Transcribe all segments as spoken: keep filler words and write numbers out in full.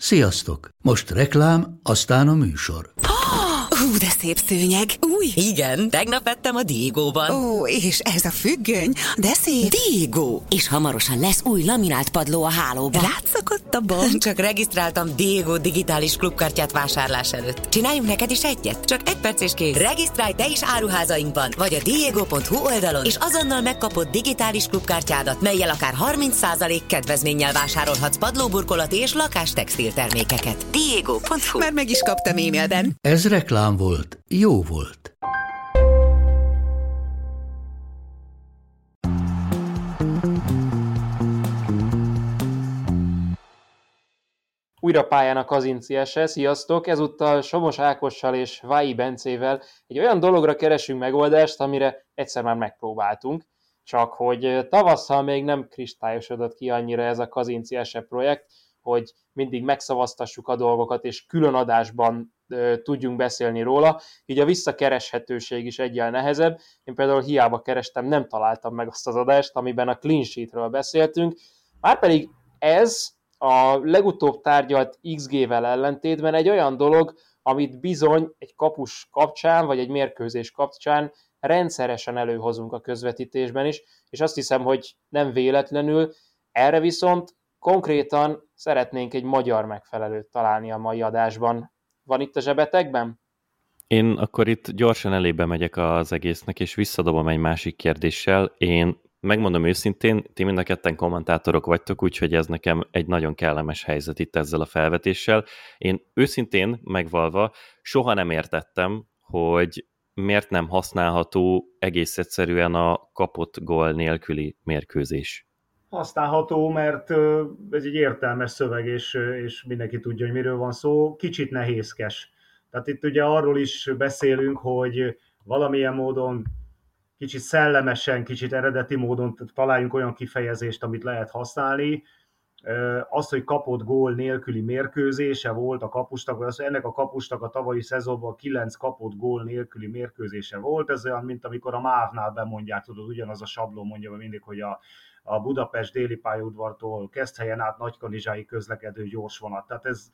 Sziasztok! Most reklám, aztán a műsor. Hú, de szép szőnyeg. Új? Igen, tegnap vettem a Diegóban. Ó, és ez a függöny, de szép. Diegó! És hamarosan lesz új laminált padló a hálóban. Rátszakadt a bank. Csak regisztráltam Diegó digitális klubkártyát vásárlás előtt. Csináljunk neked is egyet? Csak egy perc és kész. Regisztrálj te is áruházainkban, vagy a diego pont hu oldalon, és azonnal megkapod digitális klubkártyádat, mellyel akár harminc százalék kedvezménnyel vásárolhatsz padlóburkolati és lakástextil termékeket. diego pont hu. Már meg is kaptam e-mailben. Ez reklám volt, jó volt. Újra pályán a Kazinci es e, sziasztok! Ezúttal Somos Ákossal és Vályi Bencével egy olyan dologra keresünk megoldást, amire egyszer már megpróbáltunk, csak hogy tavasszal még nem kristályosodott ki annyira ez a Kazinci es e projekt, hogy mindig megszavaztassuk a dolgokat, és külön adásban e, tudjunk beszélni róla, így a visszakereshetőség is egyel nehezebb. Én például hiába kerestem, nem találtam meg azt az adást, amiben a clean sheetről beszéltünk, márpedig ez a legutóbb tárgyalt iksz gé-vel ellentétben egy olyan dolog, amit bizony egy kapus kapcsán, vagy egy mérkőzés kapcsán rendszeresen előhozunk a közvetítésben is, és azt hiszem, hogy nem véletlenül, erre viszont konkrétan szeretnénk egy magyar megfelelőt találni a mai adásban. Van itt a zsebetekben? Én akkor itt gyorsan elébe megyek az egésznek, és visszadobom egy másik kérdéssel. Én megmondom őszintén, ti mind a ketten kommentátorok vagytok, úgyhogy ez nekem egy nagyon kellemes helyzet itt ezzel a felvetéssel. Én őszintén megvalva soha nem értettem, hogy miért nem használható egész egyszerűen a kapott gól nélküli mérkőzés. Használható, mert ez egy értelmes szöveg, és, és mindenki tudja, hogy miről van szó. Kicsit nehézkes. Tehát itt ugye arról is beszélünk, hogy valamilyen módon kicsit szellemesen, kicsit eredeti módon találjunk olyan kifejezést, amit lehet használni. Az, hogy kapott gól nélküli mérkőzése volt a kapusnak, vagy az, hogy ennek a kapusnak a tavalyi szezonban kilenc kapott gól nélküli mérkőzése volt, ez olyan, mint amikor a MÁV-nál bemondják, tudod, ugyanaz a sablon mondja mindig, hogy a, a Budapest déli pályaudvartól Keszthelyen át Nagykanizsáig közlekedő gyorsvonat. Tehát ez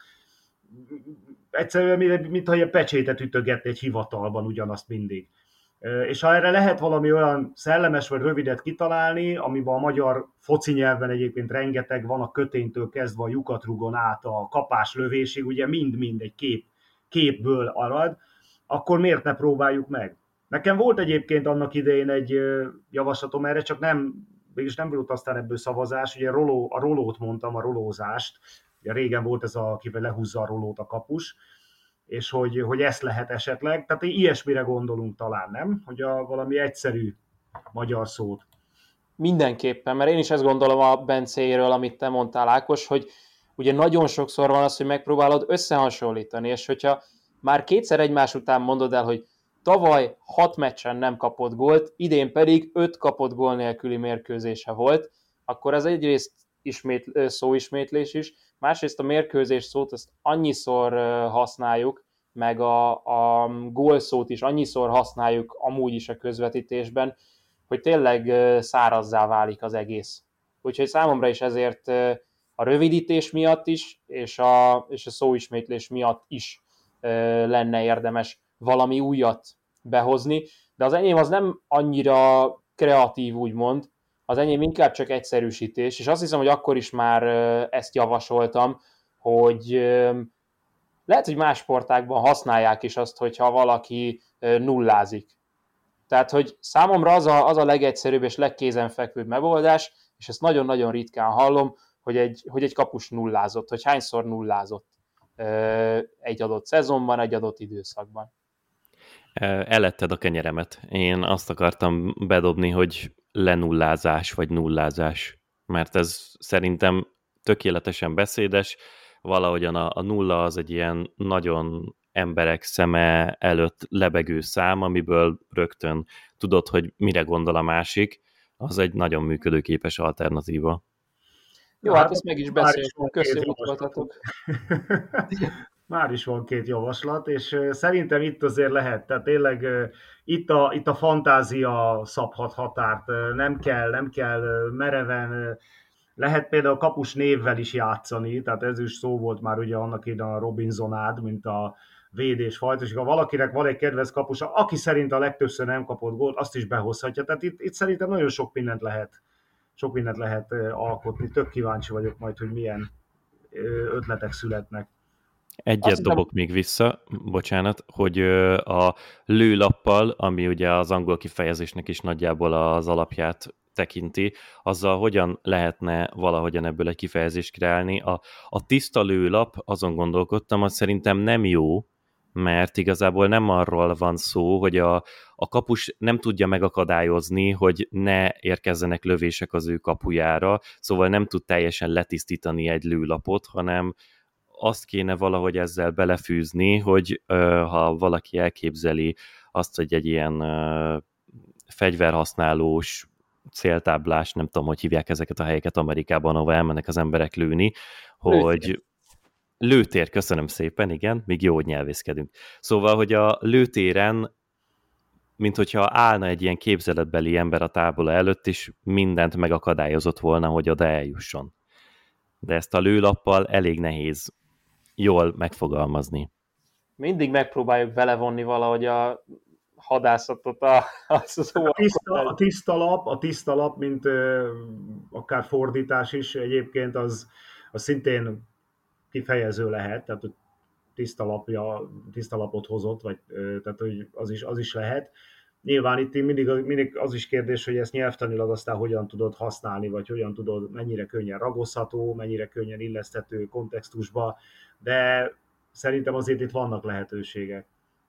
egyszerűen, mintha egy pecsétet ütögetni egy hivatalban, ugyanazt mindig. És ha erre lehet valami olyan szellemes vagy rövidet kitalálni, amiben a magyar foci nyelven egyébként rengeteg van, a köténytől kezdve a lyukatrugon át a kapás-lövésig, ugye mind-mind egy kép, képből arad, akkor miért ne próbáljuk meg? Nekem volt egyébként annak idején egy javaslatom erre, csak nem, mégis nem volt aztán ebből szavazás, ugye a, roló, a rolót mondtam, a rolózást, ugye régen volt ez, a, akivel lehúzza a rolót a kapus, és hogy, hogy ezt lehet esetleg. Tehát ilyesmire gondolunk talán, nem? Hogy a valami egyszerű magyar szót. Mindenképpen, mert én is ezt gondolom a Bencéről, amit te mondtál, Ákos, hogy ugye nagyon sokszor van az, hogy megpróbálod összehasonlítani, és hogyha már kétszer egymás után mondod el, hogy tavaly hat meccsen nem kapott gólt, idén pedig öt kapott gól nélküli mérkőzése volt, akkor ez egyrészt ismét, szóismétlés is, másrészt a mérkőzés szót azt annyiszor használjuk, meg a, a gól szót is annyiszor használjuk amúgy is a közvetítésben, hogy tényleg szárazzá válik az egész. Úgyhogy számomra is ezért a rövidítés miatt is, és a, és a szóismétlés miatt is lenne érdemes valami újat behozni, de az enyém az nem annyira kreatív, úgymond, az enyém inkább csak egyszerűsítés, és azt hiszem, hogy akkor is már ezt javasoltam, hogy lehet, hogy más sportákban használják is azt, hogyha valaki nullázik. Tehát, hogy számomra az a, az a legegyszerűbb és legkézenfekvőbb megoldás, és ezt nagyon-nagyon ritkán hallom, hogy egy, hogy egy kapus nullázott, hogy hányszor nullázott egy adott szezonban, egy adott időszakban. Eletted a kenyeremet. Én azt akartam bedobni, hogy lenullázás vagy nullázás, mert ez szerintem tökéletesen beszédes, valahogyan a, a nulla az egy ilyen nagyon emberek szeme előtt lebegő szám, amiből rögtön tudod, hogy mire gondol a másik, az egy nagyon működőképes alternatíva. Jó, hát ezt meg is beszéltünk. Köszönjük, hogy voltatok. Már is van két javaslat, és szerintem itt azért lehet, tehát tényleg itt a, itt a fantázia szabhat határt, nem kell, nem kell mereven Lehet például a kapus névvel is játszani, tehát ez is szó volt már ugye annak idején a Robinsonád, mint a védésfajta, és ha valakinek van egy kedvenc kapusa, aki szerint a legtöbbször nem kapott gólt, azt is behozhatja. Tehát itt, itt szerintem nagyon sok mindent lehet, sok mindent lehet alkotni. Tök kíváncsi vagyok majd, hogy milyen ötletek születnek. Egyet Azt dobok nem... még vissza, bocsánat, hogy a lőlappal, ami ugye az angol kifejezésnek is nagyjából az alapját tekinti, azzal hogyan lehetne valahogyan ebből egy kifejezést kreálni. A, a tiszta lőlap, azon gondolkodtam, az szerintem nem jó, mert igazából nem arról van szó, hogy a, a kapus nem tudja megakadályozni, hogy ne érkezzenek lövések az ő kapujára, szóval nem tud teljesen letisztítani egy lőlapot, hanem azt kéne valahogy ezzel belefűzni, hogy ö, ha valaki elképzeli azt, hogy egy ilyen ö, fegyverhasználós, céltáblás, nem tudom, hogy hívják ezeket a helyeket Amerikában, ahol elmennek az emberek lőni, hogy lőtér, lőtér köszönöm szépen, igen, még jó, hogy nyelvészkedünk. Szóval, hogy a lőtéren, mint hogyha állna egy ilyen képzeletbeli ember a tábla előtt, és mindent megakadályozott volna, hogy oda eljusson. De ezt a lőlappal elég nehéz jól megfogalmazni. Mindig megpróbáljuk belevonni valahogy a hadászatot a, a szó. A tiszta, a tiszta lap, a tiszta lap, mint ö, akár fordítás is egyébként, az, az szintén kifejező lehet, tehát tiszta, lapja, tiszta lapot hozott, vagy, ö, tehát hogy az is, az is lehet. Nyilván itt mindig, mindig az is kérdés, hogy ezt nyelvtanilag aztán hogyan tudod használni, vagy hogyan tudod, mennyire könnyen ragozható, mennyire könnyen illeszthető kontextusba, de szerintem azért itt vannak lehetőségek.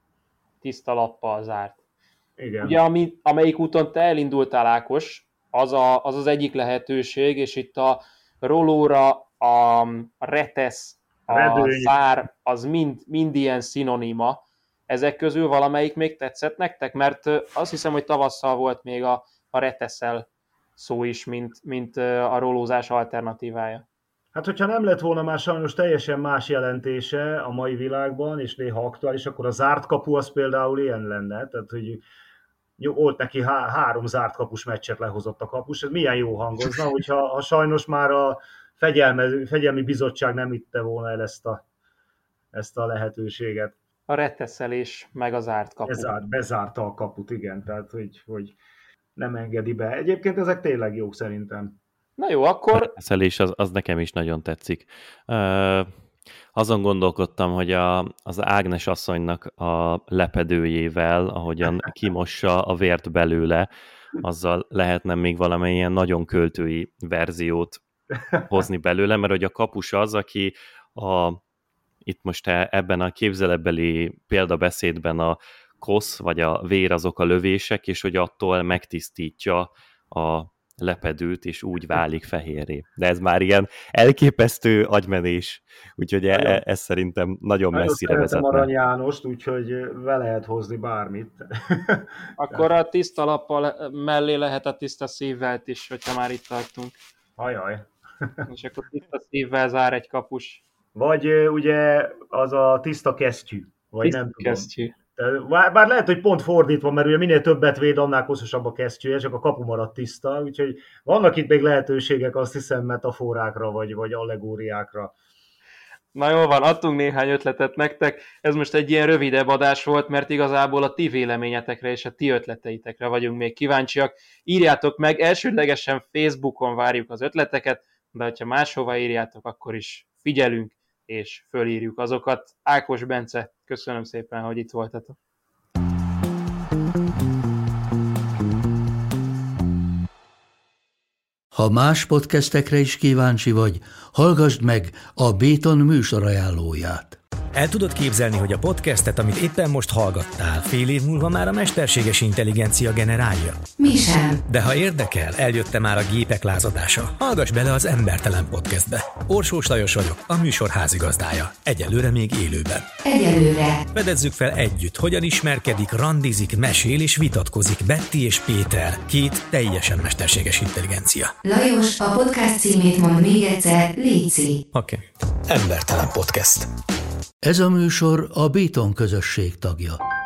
Tiszta lappal zárt. Igen. Ugye, ami, amelyik úton te elindultál, Ákos, az, a, az az egyik lehetőség, és itt a rolóra, a, a retesz, a Redőny. Szár, az mind, mind ilyen szinonima. Ezek közül valamelyik még tetszett nektek? Mert azt hiszem, hogy tavasszal volt még a, a reteszel szó is, mint, mint a rolózás alternatívája. Hát, hogyha nem lett volna már sajnos teljesen más jelentése a mai világban, és néha aktuális, akkor a zárt kapu az például ilyen lenne. Tehát, hogy volt neki há- három zárt kapus meccset lehozott a kapus. Ez milyen jó hangozna, hogyha ha sajnos már a fegyelme, fegyelmi bizottság nem itte volna el ezt a, ezt a lehetőséget. A reteszelés, meg a zárt kapu. Bezárt, bezárta a kaput, igen, tehát hogy, hogy nem engedi be. Egyébként ezek tényleg jók szerintem. Na jó, akkor... A reteszelés az, az nekem is nagyon tetszik. Uh, azon gondolkodtam, hogy a, az Ágnes asszonynak a lepedőjével, ahogyan kimossa a vért belőle, azzal lehetne még valamilyen nagyon költői verziót hozni belőle, mert hogy a kapus az, aki a itt most ebben a képzeletbeli példabeszédben a kosz vagy a vér azok a lövések, és hogy attól megtisztítja a lepedőt, és úgy válik fehérré. De ez már ilyen elképesztő agymenés, úgyhogy e- ez szerintem nagyon messzire vezetne. Nagyon Arany Jánost, úgyhogy be lehet hozni bármit. Akkor a tiszta lappal mellé lehet a tiszta szívvel is, hogyha már itt tartunk. Ajaj. És akkor tiszta szívvel zár egy kapus. Vagy ugye az a tiszta kesztyű, vagy tiszta nem tudom. Kesztyű. Bár, bár lehet, hogy pont fordítva, mert ugye minél többet véd, annál koszosabb a kesztyűje, csak a kapu maradt tiszta, úgyhogy vannak itt még lehetőségek, azt hiszem, metaforákra, vagy, vagy allegóriákra. Na jól van, adtunk néhány ötletet nektek, ez most egy ilyen rövidebb adás volt, mert igazából a ti véleményetekre és a ti ötleteitekre vagyunk még kíváncsiak. Írjátok meg, elsődlegesen Facebookon várjuk az ötleteket, de ha máshova írjátok, akkor is figyelünk, és fölírjuk azokat. Ákos, Bence, köszönöm szépen, hogy itt voltatok. Ha más podcastekre is kíváncsi vagy, hallgassd meg a Béton műsor ajánlóját. El tudod képzelni, hogy a podcastet, amit éppen most hallgattál, fél év múlva már a mesterséges intelligencia generálja? Mi sem. De ha érdekel, eljött már a gépek lázadása. Hallgass bele az Embertelen Podcastbe. Orsós Lajos vagyok, a műsor házigazdája. Egyelőre még élőben. Egyelőre. Fedezzük fel együtt, hogyan ismerkedik, randizik, mesél és vitatkozik Betty és Péter, két teljesen mesterséges intelligencia. Lajos, a podcast címét mond még egyszer, léci. Oké. Okay. Embertelen Podcast. Ez a műsor a Béton közösség tagja.